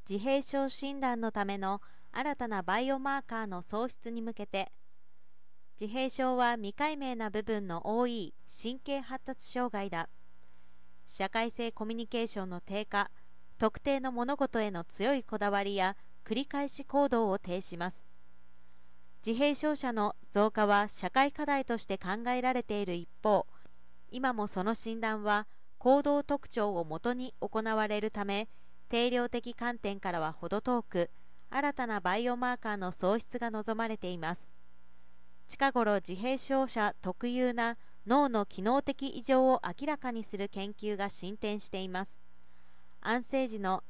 自閉症診断のための新たなバイオマーカーの創出に向けて、自閉症は未解明な部分の多い神経発達障害だ。社会性コミュニケーションの低下、特定の物事への強いこだわりや繰り返し行動を呈します。自閉症者の増加は社会課題として考えられている一方、今もその診断は行動特徴をもとに行われるため、定量的観点からは程遠く、新たなバイオマーカーの創出が望まれています。近頃、自閉症者特有な脳の機能的異常を明らかにする研究が進展しています。安静時の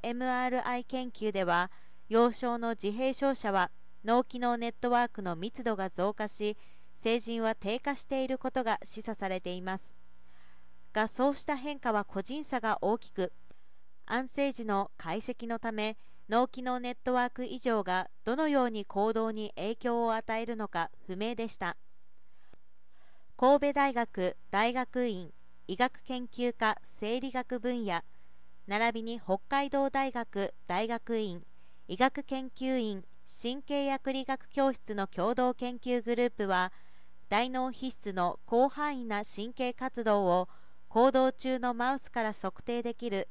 fMRI 研究では、幼少の自閉症者は脳機能ネットワークの密度が増加し、成人は低下していることが示唆されていますが、そうした変化は個人差が大きく、安静時の解析のため脳機能ネットワーク異常がどのように行動に影響を与えるのか不明でした。神戸大学大学院医学研究科生理学分野並びに北海道大学大学院医学研究院神経薬理学教室の共同研究グループは、大脳皮質の広範囲な神経活動を行動中のマウスから測定できる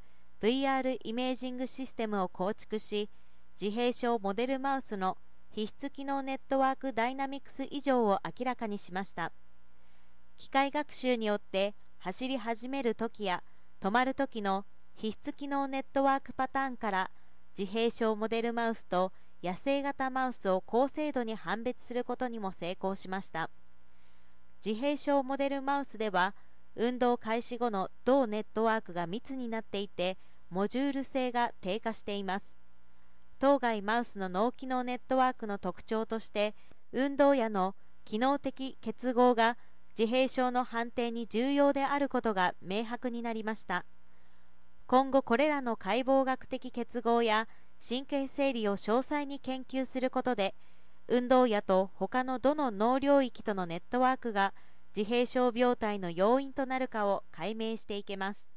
VR イメージングシステムを構築し、自閉症モデルマウスの皮質機能ネットワークダイナミクス異常を明らかにしました。機械学習によって走り始めるときや止まるときの皮質機能ネットワークパターンから自閉症モデルマウスと野生型マウスを高精度に判別することにも成功しました。自閉症モデルマウスでは運動開始後の同ネットワークが密になっていて、モジュール性が低下しています。当該マウスの脳機能ネットワークの特徴として、運動野の機能的結合が自閉症の判定に重要であることが明白になりました。今後これらの解剖学的結合や神経整理を詳細に研究することで、運動野と他のどの脳領域とのネットワークが自閉症病態の要因となるかを解明していけます。